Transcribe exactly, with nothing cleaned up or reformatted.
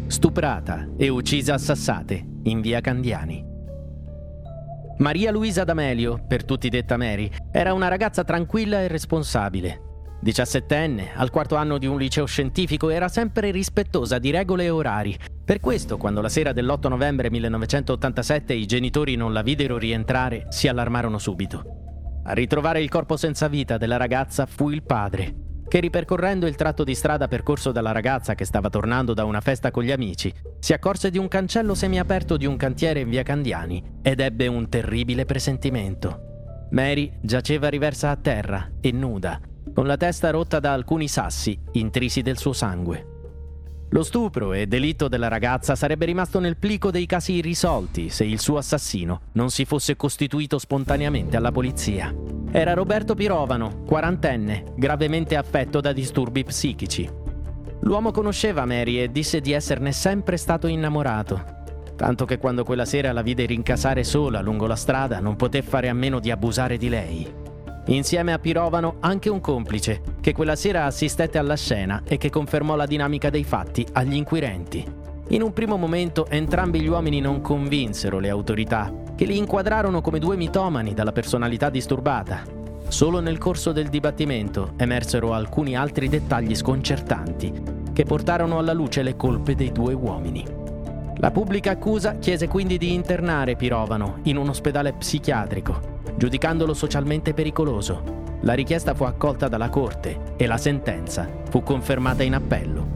stuprata e uccisa a sassate in via Candiani. Maria Luisa D'Amelio, per tutti detta Mary, era una ragazza tranquilla e responsabile. diciassettenne, al quarto anno di un liceo scientifico, era sempre rispettosa di regole e orari. Per questo, quando la sera dell'otto novembre millenovecentottantasette i genitori non la videro rientrare, si allarmarono subito. A ritrovare il corpo senza vita della ragazza fu il padre, che ripercorrendo il tratto di strada percorso dalla ragazza che stava tornando da una festa con gli amici, si accorse di un cancello semiaperto di un cantiere in via Candiani ed ebbe un terribile presentimento. Mary giaceva riversa a terra e nuda, con la testa rotta da alcuni sassi intrisi del suo sangue. Lo stupro e delitto della ragazza sarebbe rimasto nel plico dei casi irrisolti se il suo assassino non si fosse costituito spontaneamente alla polizia. Era Roberto Pirovano, quarantenne, gravemente affetto da disturbi psichici. L'uomo conosceva Mary e disse di esserne sempre stato innamorato, tanto che quando quella sera la vide rincasare sola lungo la strada non poté fare a meno di abusare di lei. Insieme a Pirovano anche un complice, che quella sera assistette alla scena e che confermò la dinamica dei fatti agli inquirenti. In un primo momento entrambi gli uomini non convinsero le autorità, che li inquadrarono come due mitomani dalla personalità disturbata. Solo nel corso del dibattimento emersero alcuni altri dettagli sconcertanti, che portarono alla luce le colpe dei due uomini. La pubblica accusa chiese quindi di internare Pirovano in un ospedale psichiatrico, giudicandolo socialmente pericoloso. La richiesta fu accolta dalla Corte e la sentenza fu confermata in appello.